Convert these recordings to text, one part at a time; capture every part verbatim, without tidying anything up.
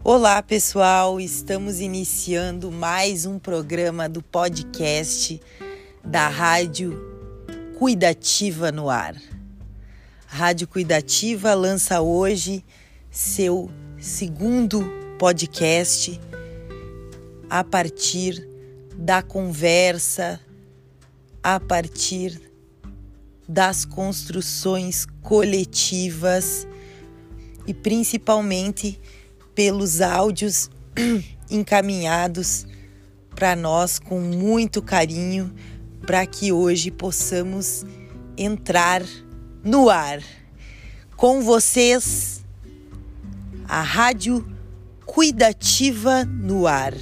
Olá, pessoal! Estamos iniciando mais um programa do podcast da Rádio Cuidativa no ar. A Rádio Cuidativa lança hoje seu segundo podcast a partir da conversa, a partir das construções coletivas e principalmente pelos áudios encaminhados para nós com muito carinho, para que hoje possamos entrar no ar. Com vocês, a Rádio Cuidativa no ar.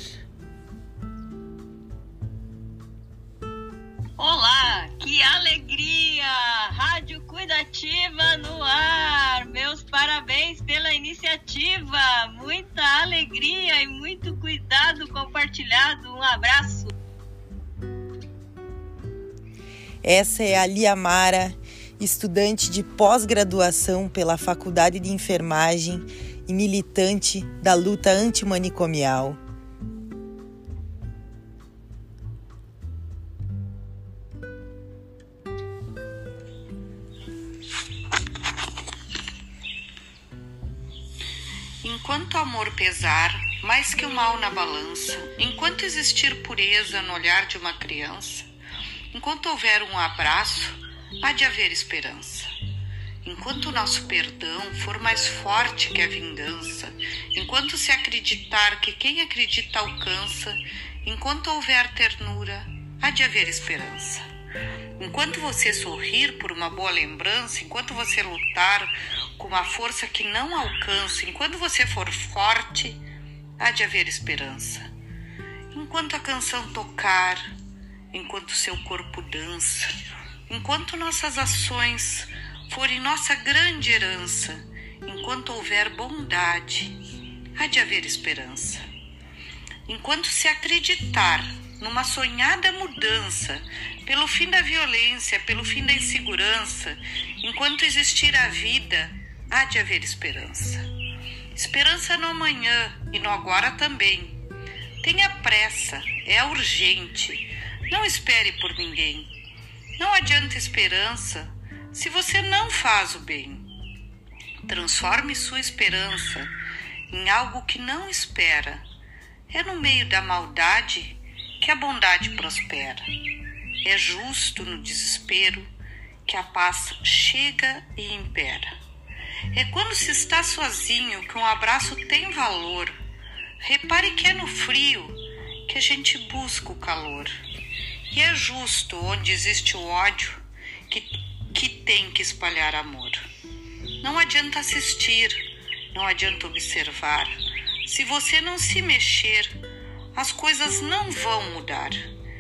Olá, que alegria! Rádio Cuidativa no ar! Meus parabéns pela iniciativa! Muita alegria e muito cuidado compartilhado. Um abraço! Essa é a Lia Mara, estudante de pós-graduação pela Faculdade de Enfermagem e militante da luta antimanicomial. Enquanto o amor pesar, mais que o mal na balança, enquanto existir pureza no olhar de uma criança, enquanto houver um abraço, há de haver esperança. Enquanto o nosso perdão for mais forte que a vingança, enquanto se acreditar que quem acredita alcança, enquanto houver ternura, há de haver esperança. Enquanto você sorrir por uma boa lembrança, enquanto você lutar com uma força que não alcança, enquanto você for forte, há de haver esperança. Enquanto a canção tocar, enquanto seu corpo dança, enquanto nossas ações forem nossa grande herança, enquanto houver bondade, há de haver esperança. Enquanto se acreditar numa sonhada mudança, pelo fim da violência, pelo fim da insegurança, enquanto existir a vida, há de haver esperança. Esperança no amanhã e no agora também. Tenha pressa, é urgente. Não espere por ninguém. Não adianta esperança se você não faz o bem. Transforme sua esperança em algo que não espera. É no meio da maldade que a bondade prospera. É justo no desespero que a paz chega e impera. É quando se está sozinho que um abraço tem valor. Repare que é no frio que a gente busca o calor. E é justo onde existe o ódio que, que tem que espalhar amor. Não adianta assistir, não adianta observar. Se você não se mexer, as coisas não vão mudar.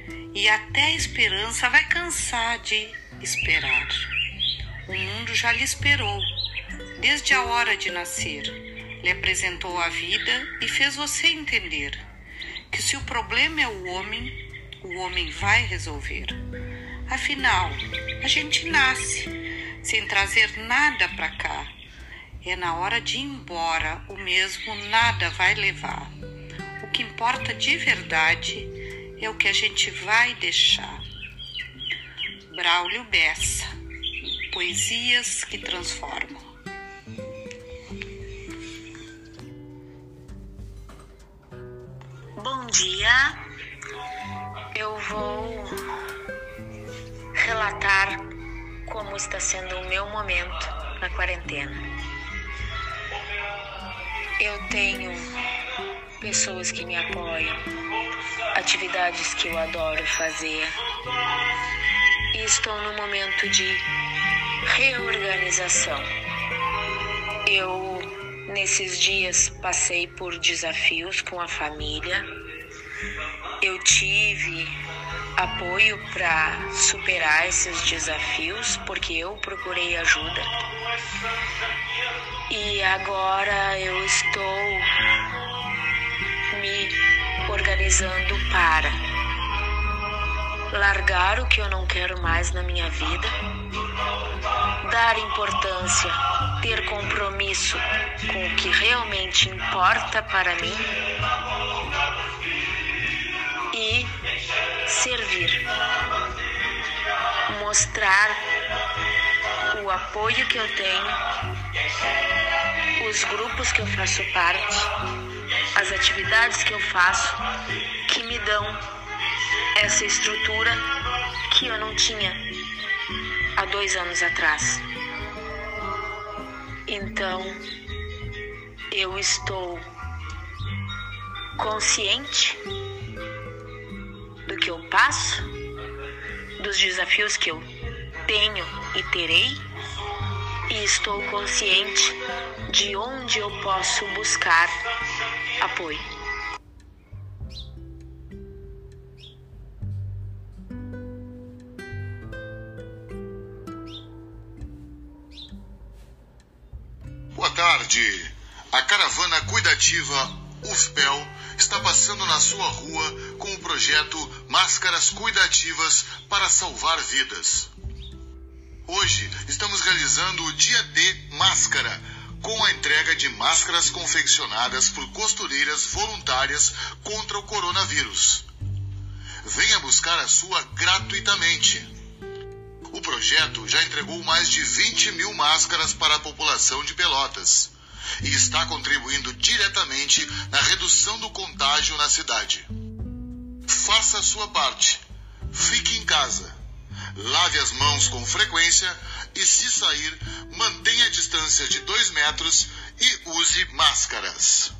E até a esperança vai cansar de esperar. O mundo já lhe esperou. Desde a hora de nascer, lhe apresentou a vida e fez você entender que se o problema é o homem, o homem vai resolver. Afinal, a gente nasce sem trazer nada para cá. É na hora de ir embora, o mesmo nada vai levar. O que importa de verdade é o que a gente vai deixar. Braulio Bessa, Poesias que Transformam. Bom dia, eu vou relatar como está sendo o meu momento na quarentena. Eu tenho pessoas que me apoiam, atividades que eu adoro fazer e estou no momento de reorganização. Eu Nesses dias passei por desafios com a família. Eu tive apoio para superar esses desafios, porque eu procurei ajuda. E agora eu estou me organizando para largar o que eu não quero mais na minha vida, dar importância, ter compromisso com o que realmente importa para mim e servir, mostrar o apoio que eu tenho, os grupos que eu faço parte, as atividades que eu faço, que me dão essa estrutura que eu não tinha há dois anos atrás. Então, eu estou consciente do que eu passo, dos desafios que eu tenho e terei, e estou consciente de onde eu posso buscar apoio. Boa tarde. A caravana cuidativa U F P E L está passando na sua rua com o projeto Máscaras Cuidativas para Salvar Vidas. Hoje estamos realizando o Dia D Máscara, com a entrega de máscaras confeccionadas por costureiras voluntárias contra o coronavírus. Venha buscar a sua gratuitamente. O projeto já entregou mais de vinte mil máscaras para a população de Pelotas e está contribuindo diretamente na redução do contágio na cidade. Faça a sua parte. Fique em casa. Lave as mãos com frequência e, se sair, mantenha a distância de dois metros e use máscaras.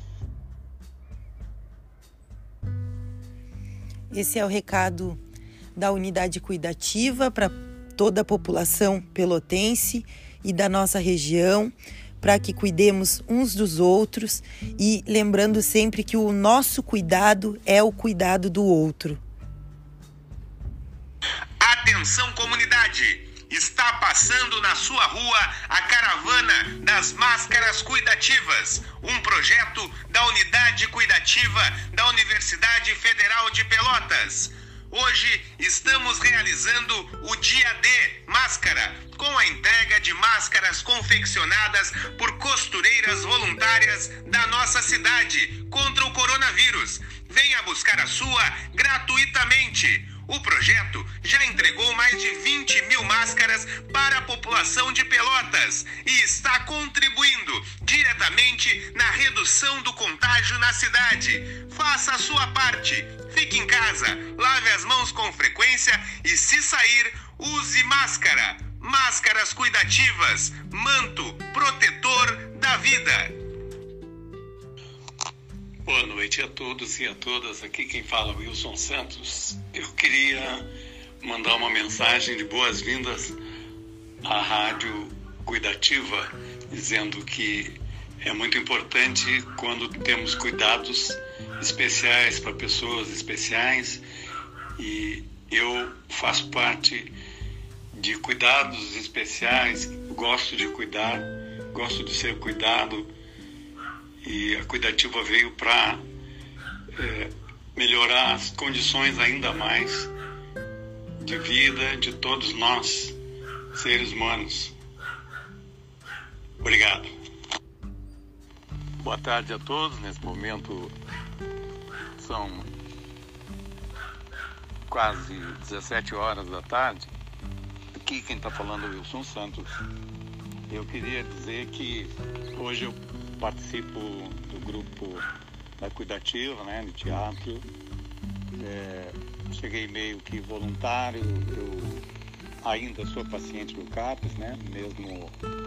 Esse é o recado da unidade cuidativa para toda a população pelotense e da nossa região, para que cuidemos uns dos outros e lembrando sempre que o nosso cuidado é o cuidado do outro. Atenção, comunidade! Está passando na sua rua a caravana das máscaras cuidativas, um projeto da Unidade Cuidativa da Universidade Federal de Pelotas. Hoje estamos realizando o Dia D Máscara, com a entrega de máscaras confeccionadas por costureiras voluntárias da nossa cidade contra o coronavírus. Venha buscar a sua gratuitamente. O projeto já entregou mais de vinte mil máscaras para a população de Pelotas e está contribuindo diretamente na redução do contágio na cidade. Faça a sua parte. Fique em casa, lave as mãos com frequência e, se sair, use máscara. Máscaras cuidativas, manto protetor da vida. Boa noite a todos e a todas. Aqui quem fala é Wilson Santos. Eu queria mandar uma mensagem de boas-vindas à Rádio Cuidativa, dizendo que é muito importante quando temos cuidados especiais para pessoas especiais, e eu faço parte de cuidados especiais, gosto de cuidar, gosto de ser cuidado, e a Cuidativa veio para é, melhorar as condições ainda mais de vida de todos nós, seres humanos. Obrigado. Boa tarde a todos. Nesse momento são quase dezessete horas da tarde. Aqui quem está falando é o Wilson Santos. Eu queria dizer que hoje eu participo do grupo da Cuidativa, né, de teatro. É, cheguei meio que voluntário. Eu ainda sou paciente do CAPES, né, mesmo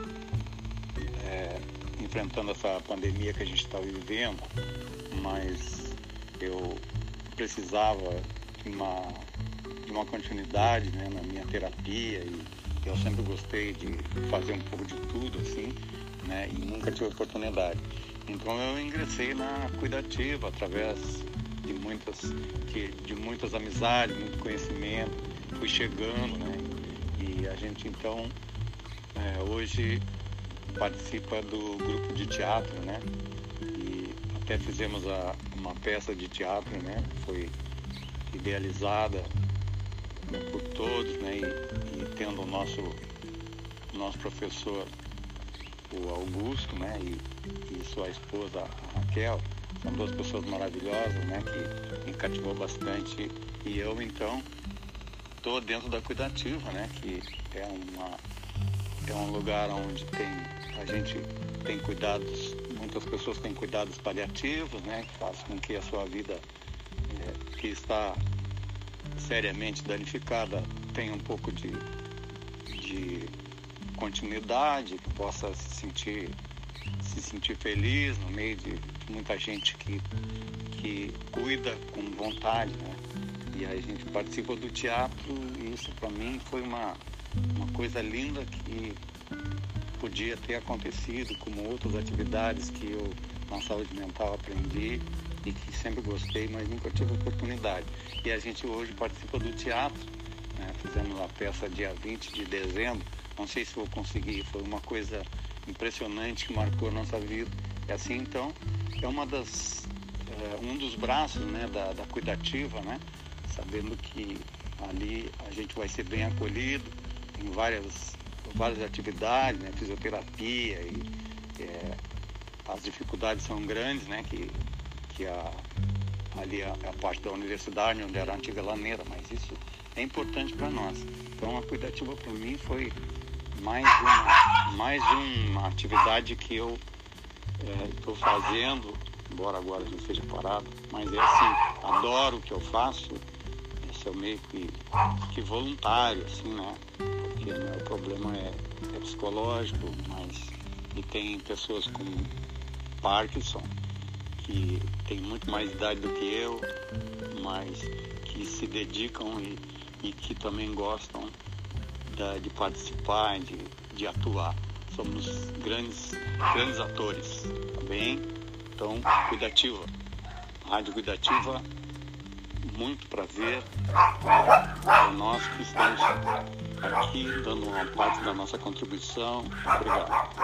é, enfrentando essa pandemia que a gente está vivendo, mas eu precisava de uma, de uma continuidade, né, na minha terapia, e eu sempre gostei de fazer um pouco de tudo, assim, né, e nunca tive oportunidade. Então eu ingressei na Cuidativa através de muitas, de muitas amizades, muito conhecimento, fui chegando, né, e a gente então é, hoje participa do grupo de teatro, né, e até fizemos a, uma peça de teatro, né, foi idealizada por todos, né? E, e tendo o nosso, nosso professor, o Augusto, né? E, e sua esposa, a Raquel, são duas pessoas maravilhosas, né? Que me cativou bastante. E eu, então, estou dentro da Cuidativa, né? Que é, uma, é um lugar onde tem, a gente tem cuidados, muitas pessoas têm cuidados paliativos, né? Que faz com que a sua vida, é, que está seriamente danificada, tenha um pouco de, de continuidade, que possa se sentir, se sentir feliz no meio de muita gente que, que cuida com vontade, né? E aí a gente participa do teatro e isso para mim foi uma, uma coisa linda que podia ter acontecido, como outras atividades que eu na saúde mental aprendi e que sempre gostei, mas nunca tive oportunidade. E a gente hoje participa do teatro, né? Fizemos a peça dia vinte de dezembro, não sei se vou conseguir, foi uma coisa impressionante que marcou a nossa vida. E assim, então, é uma das, é, um dos braços, né, da, da Cuidativa, né? Sabendo que ali a gente vai ser bem acolhido em várias, várias atividades, né? Fisioterapia e é, as dificuldades são grandes, né? Que, que a, ali a, a parte da universidade, onde era a antiga laneira, mas isso é importante para nós. Então a Cuidativa para mim foi mais uma, mais uma atividade que eu estou é, fazendo, embora agora a gente seja parado, mas é assim, adoro o que eu faço, esse é o meio que, que voluntário, assim, né? Porque o meu problema é, é psicológico, mas e tem pessoas com Parkinson, que tem muito mais idade do que eu, mas que se dedicam e, e que também gostam da, de participar, de, de atuar. Somos grandes, grandes atores, tá bem? Então, Cuidativa, Rádio Cuidativa, muito prazer. É nós que estamos aqui dando uma parte da nossa contribuição. Obrigado.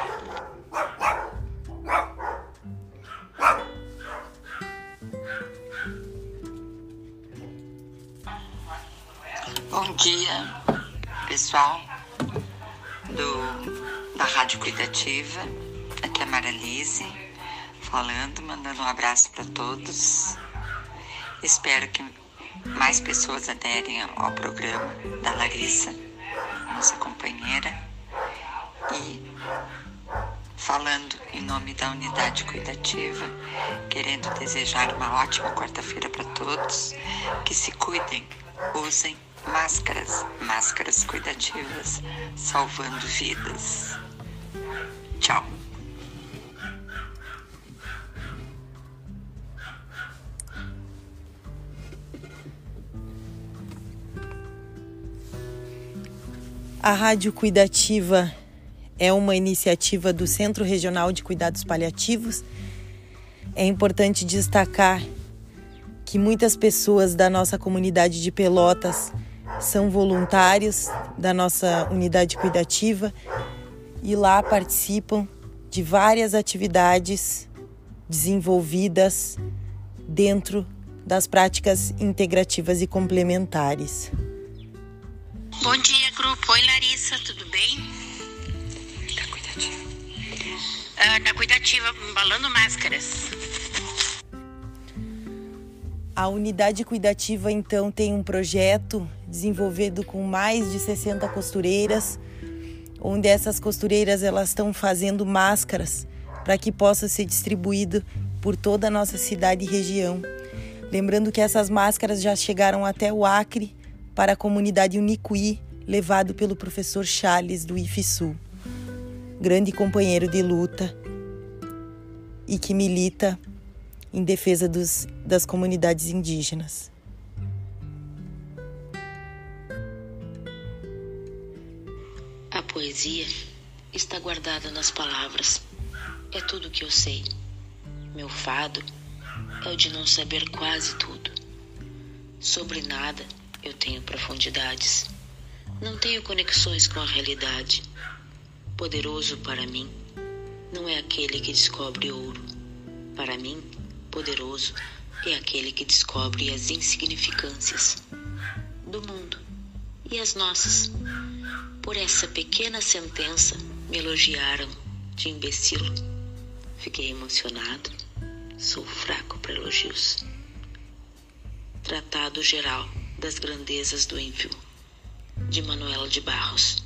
Bom dia, pessoal do, da Rádio Cuidativa. Aqui é a Maralise falando, mandando um abraço para todos. Espero que mais pessoas aderem ao programa da Larissa, nossa companheira, e falando em nome da Unidade Cuidativa, querendo desejar uma ótima quarta-feira para todos, que se cuidem, usem máscaras, máscaras cuidativas, salvando vidas. Tchau. A Rádio Cuidativa é uma iniciativa do Centro Regional de Cuidados Paliativos. É importante destacar que muitas pessoas da nossa comunidade de Pelotas são voluntários da nossa unidade cuidativa e lá participam de várias atividades desenvolvidas dentro das práticas integrativas e complementares. Bom dia, grupo. Oi, Larissa, tudo bem? Da Cuidativa. Ah, na Cuidativa, embalando máscaras. A unidade cuidativa, então, tem um projeto desenvolvido com mais de sessenta costureiras, onde essas costureiras elas estão fazendo máscaras para que possa ser distribuído por toda a nossa cidade e região. Lembrando que essas máscaras já chegaram até o Acre para a comunidade Unicuí, levado pelo professor Charles do I F S U, grande companheiro de luta e que milita em defesa dos, das comunidades indígenas. A poesia está guardada nas palavras. É tudo o que eu sei. Meu fado é o de não saber quase tudo. Sobre nada eu tenho profundidades. Não tenho conexões com a realidade. Poderoso para mim não é aquele que descobre ouro. Para mim, poderoso é aquele que descobre as insignificâncias. do mundo e as nossas. Por essa pequena sentença me elogiaram de imbecil. Fiquei emocionado, sou fraco para elogios. Tratado geral das grandezas do Envio, de Manuela de Barros.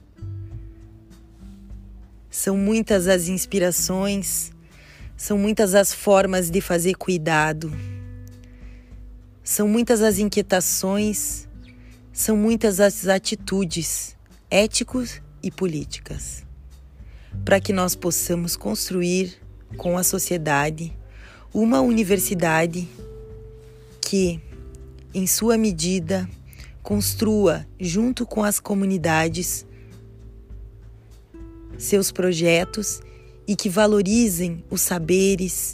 São muitas as inspirações, são muitas as formas de fazer cuidado, são muitas as inquietações, são muitas as atitudes éticas e políticas, para que nós possamos construir com a sociedade uma universidade que, em sua medida, construa junto com as comunidades seus projetos e que valorizem os saberes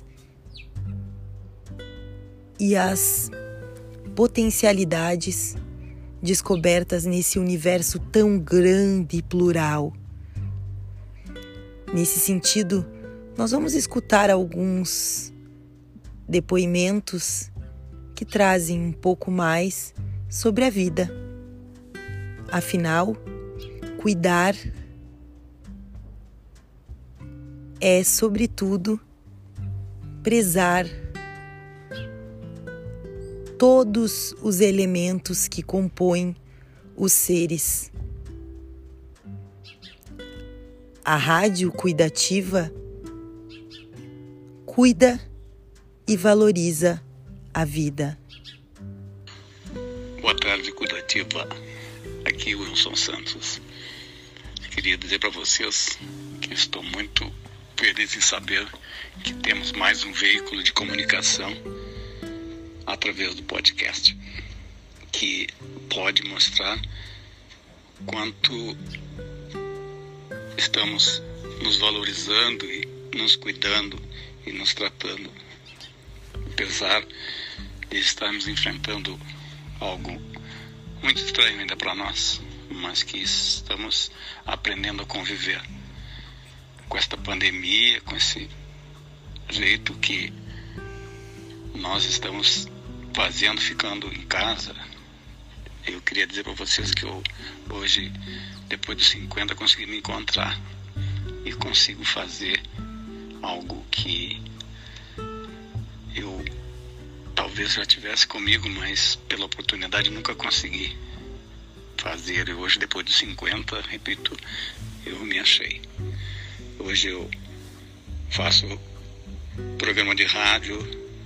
e as potencialidades descobertas nesse universo tão grande e plural. Nesse sentido, nós vamos escutar alguns depoimentos que trazem um pouco mais sobre a vida. Afinal, cuidar é, sobretudo, prezar todos os elementos que compõem os seres. A rádio cuidativa cuida e valoriza a vida. Boa tarde, cuidativa. Aqui o Wilson Santos. Queria dizer para vocês que estou muito feliz em saber que temos mais um veículo de comunicação através do podcast, que pode mostrar quanto estamos nos valorizando e nos cuidando e nos tratando, apesar de estarmos enfrentando algo muito estranho ainda para nós, mas que estamos aprendendo a conviver com esta pandemia, com esse jeito que nós estamos fazendo, ficando em casa. Eu queria dizer para vocês que eu hoje, depois dos cinquenta, consegui me encontrar e consigo fazer algo que eu talvez já tivesse comigo, mas pela oportunidade nunca consegui fazer. E hoje, depois dos cinquenta, repito, eu me achei. Hoje eu faço programa de rádio,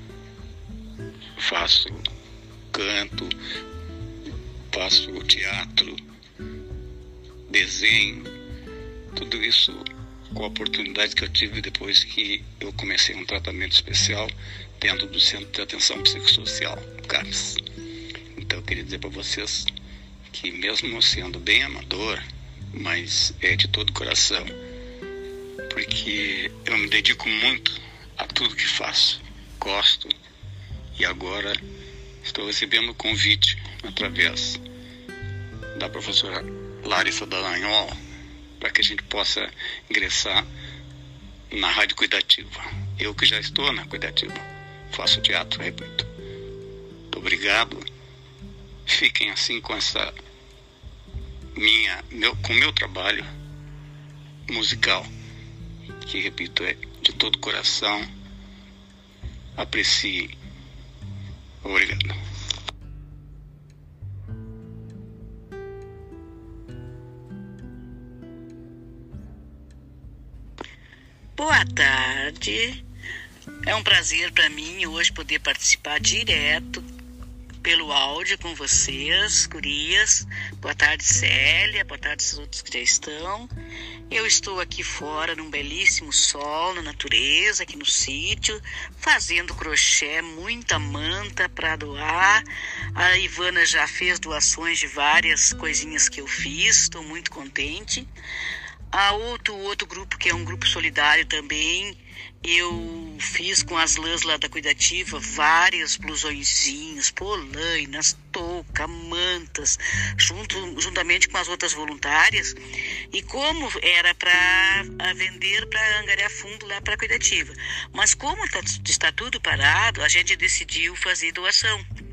faço canto, faço teatro, desenho, tudo isso com a oportunidade que eu tive depois que eu comecei um tratamento especial dentro do Centro de Atenção Psicossocial, CAPS. Então eu queria dizer para vocês que, mesmo sendo bem amador, mas é de todo o coração, porque eu me dedico muito a tudo que faço, gosto, e agora estou recebendo o convite através da professora Larissa Dallagnol para que a gente possa ingressar na Rádio Cuidativa. Eu que já estou na Cuidativa, faço teatro, repito. Muito obrigado. Fiquem assim com essa minha, meu, com o meu trabalho musical, que, repito, é de todo o coração. Aprecie. Obrigado. Boa tarde. É um prazer para mim hoje poder participar direto pelo áudio com vocês, gurias. Boa tarde, Célia. Boa tarde aos outros que já estão. Eu estou aqui fora num belíssimo sol, na natureza, aqui no sítio, fazendo crochê, muita manta para doar. A Ivana já fez doações de várias coisinhas que eu fiz, estou muito contente. A outro, outro grupo, que é um grupo solidário também, eu fiz com as lãs lá da Cuidativa vários blusõezinhos, polainas, touca, mantas, junto, juntamente com as outras voluntárias. E como era para vender, para angariar fundo lá para a Cuidativa. Mas como tá, está tudo parado, a gente decidiu fazer doação.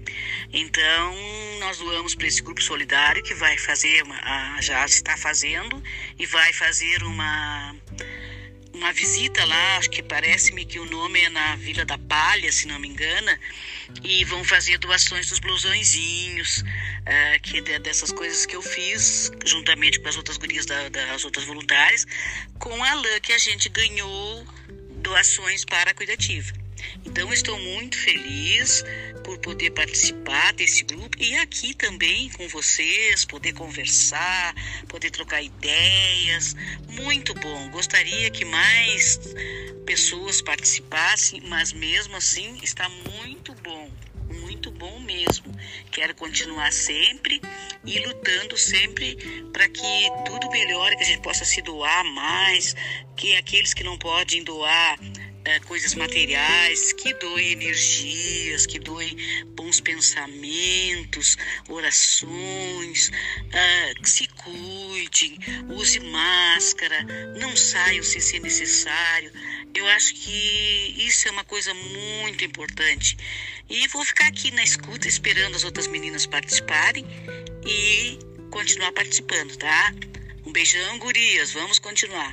Então, nós doamos para esse grupo solidário que vai fazer, uma, já está fazendo, e vai fazer uma, uma visita lá, acho que parece-me que o nome é na Vila da Palha, se não me engano, e vão fazer doações dos blusõezinhos, uh, que dessas coisas que eu fiz, juntamente com as outras gurias da, das outras voluntárias, com a lã que a gente ganhou doações para a Cuidativa. Então, estou muito feliz por poder participar desse grupo e aqui também com vocês, poder conversar, poder trocar ideias. Muito bom. Gostaria que mais pessoas participassem, mas mesmo assim está muito bom. Muito bom mesmo. Quero continuar sempre e lutando sempre para que tudo melhore, que a gente possa se doar mais, que aqueles que não podem doar é, coisas materiais, que doem energias, que doem bons pensamentos, orações, é, que se cuidem, use máscara, não saiam se ser necessário. Eu acho que isso é uma coisa muito importante. E vou ficar aqui na escuta esperando as outras meninas participarem e continuar participando, tá? Um beijão, gurias. Vamos continuar.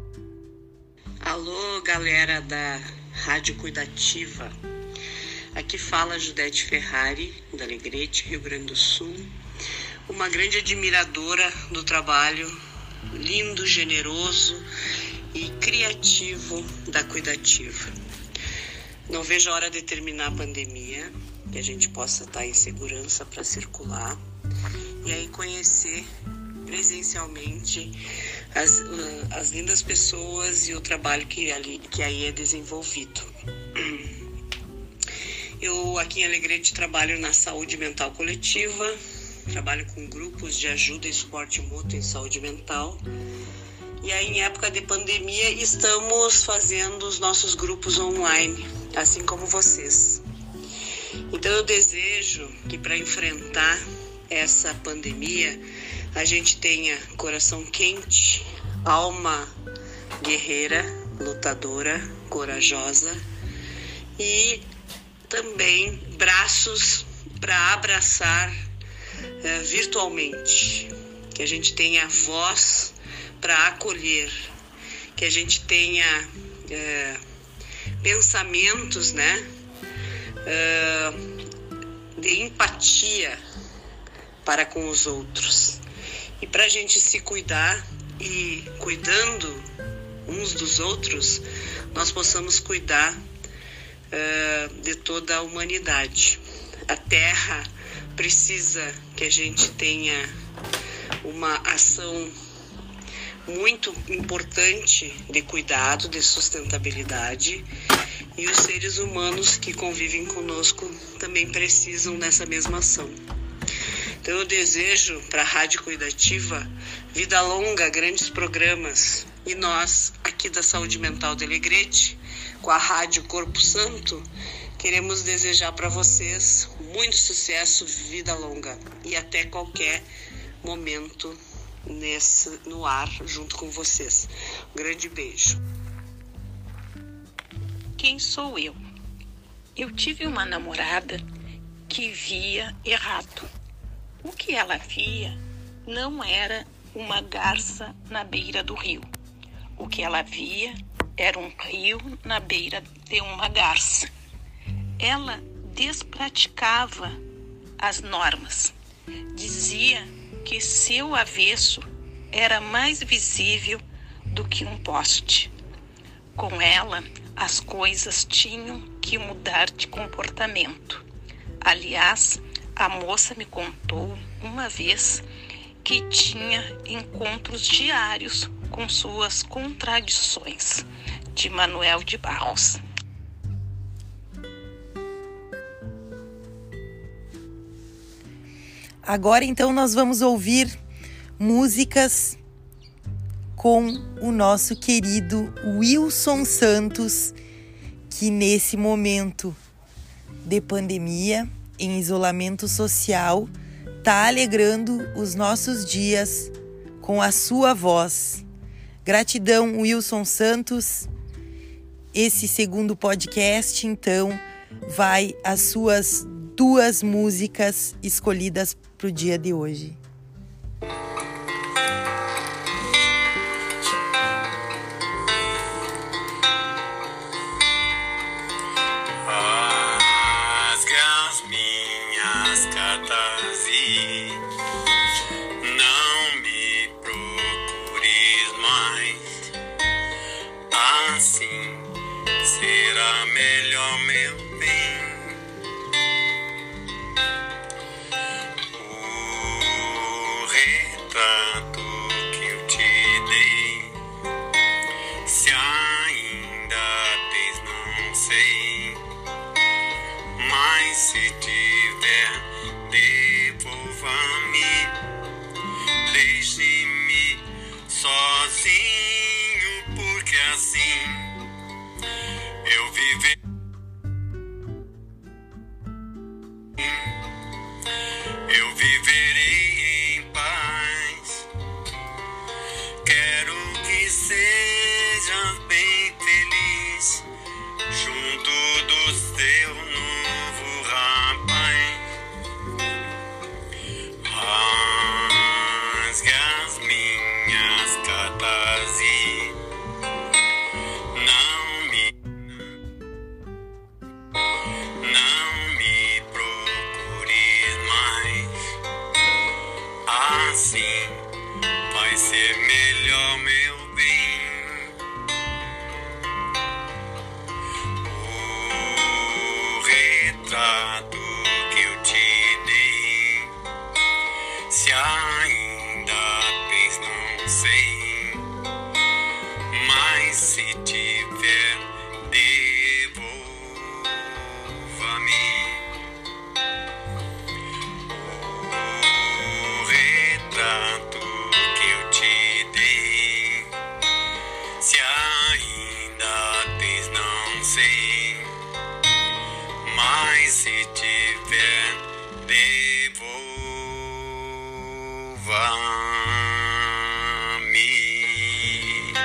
Alô, galera da Rádio Cuidativa. Aqui fala Judete Ferrari, da Alegrete, Rio Grande do Sul. Uma grande admiradora do trabalho lindo, generoso e criativo da Cuidativa. Não vejo a hora de terminar a pandemia, que a gente possa estar em segurança para circular e aí conhecer presencialmente as, as lindas pessoas e o trabalho que, ali, que aí é desenvolvido. Eu aqui em Alegrete trabalho na saúde mental coletiva, trabalho com grupos de ajuda e suporte mútuo em saúde mental. E aí, em época de pandemia, estamos fazendo os nossos grupos online, assim como vocês. Então, eu desejo que para enfrentar essa pandemia, a gente tenha coração quente, alma guerreira, lutadora, corajosa e também braços para abraçar uh, virtualmente. Que a gente tenha voz para acolher, que a gente tenha é, pensamentos, né, é, de empatia para com os outros. E para a gente se cuidar e cuidando uns dos outros, nós possamos cuidar é, de toda a humanidade. A Terra precisa que a gente tenha uma ação muito importante de cuidado, de sustentabilidade, e os seres humanos que convivem conosco também precisam dessa mesma ação. Então eu desejo para a Rádio Cuidativa vida longa, grandes programas, e nós aqui da Saúde Mental de Alegrete, com a Rádio Corpo Santo, queremos desejar para vocês muito sucesso, vida longa e até qualquer momento Nesse, no ar, junto com vocês. Um grande beijo. Quem sou eu? Eu tive uma namorada que via errado. O que ela via não era uma garça na beira do rio. O que ela via era um rio na beira de uma garça. Ela despraticava as normas. Dizia que seu avesso era mais visível do que um poste. Com ela, as coisas tinham que mudar de comportamento. Aliás, a moça me contou uma vez que tinha encontros diários com suas contradições, de Manuel de Barros. Agora, então, nós vamos ouvir músicas com o nosso querido Wilson Santos, que nesse momento de pandemia, em isolamento social, está alegrando os nossos dias com a sua voz. Gratidão, Wilson Santos. Esse segundo podcast, então, vai às suas tuas músicas escolhidas para o dia de hoje. Rasgue as minhas cartas e não me procures mais. Assim será melhor, meu bem. O retrato que eu te dei, se ainda tens, não sei, mas se tiver, devolva-me. Deixe-me sozinho, porque assim eu viver. Eu viverei em paz. Quero que sejas bem feliz junto do seu novo rapaz. Rasgue as minhas cartas e não me Não me procures mais. Assim vai ser melhor, meu bem. O retrato que eu te dei, se ainda tens, não sei, mas se tiver, devolva-me. O retrato que eu te dei, se ainda tens, não sei, mas se tiver, devolva-me.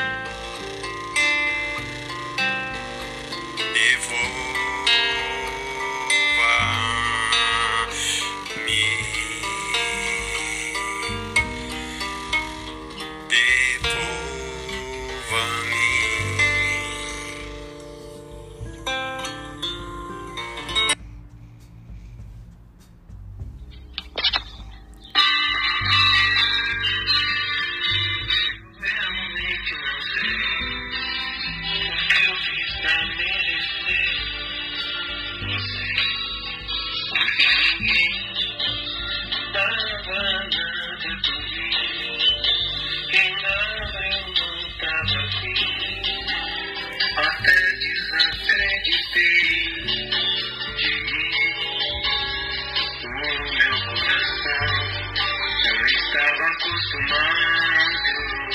Até desacreditei de mim. O meu coração não estava acostumado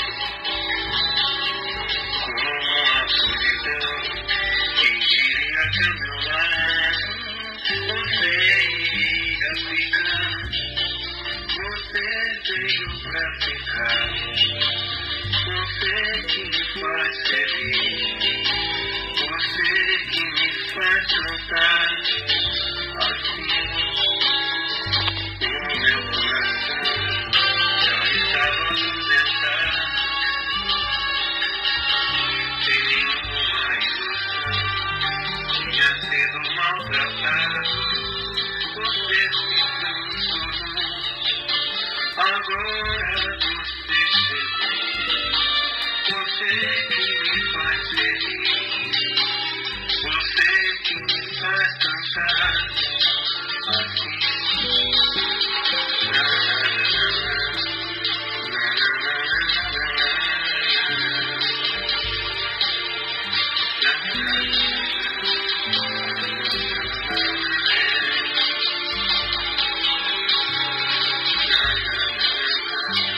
com a solidão. Quem diria que ao meu lado você iria ficar? Você veio pra ficar. Você que me faz feliz. Você que me faz cantar assim. O meu coração já estava aposentado, sem nenhuma ilusão. Tinha sido maltratado. Você se transformou. Agora você chegou. Você que me faz feliz. Você que me faz cantar assim. Na, na, na, na, na, na, na, na, na, na, na, na, na, na, na, na, na,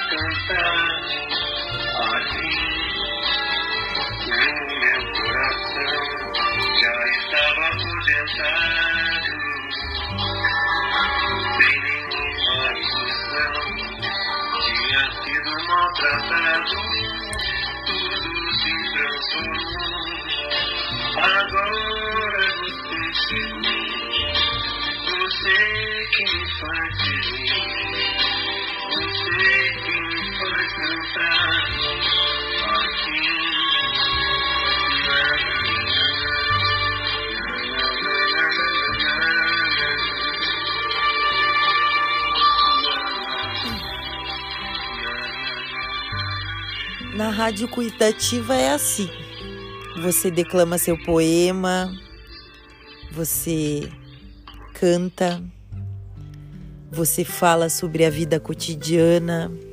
cantar assim. O meu coração já estava aposentado, sem nenhuma ilusão, tinha sido maltratado, tudo se transformou. Agora você chegou, você que me faz feliz, você que me faz cantar aqui. Na Rádio Cuidativa é assim. Você declama seu poema, você canta, você fala sobre a vida cotidiana,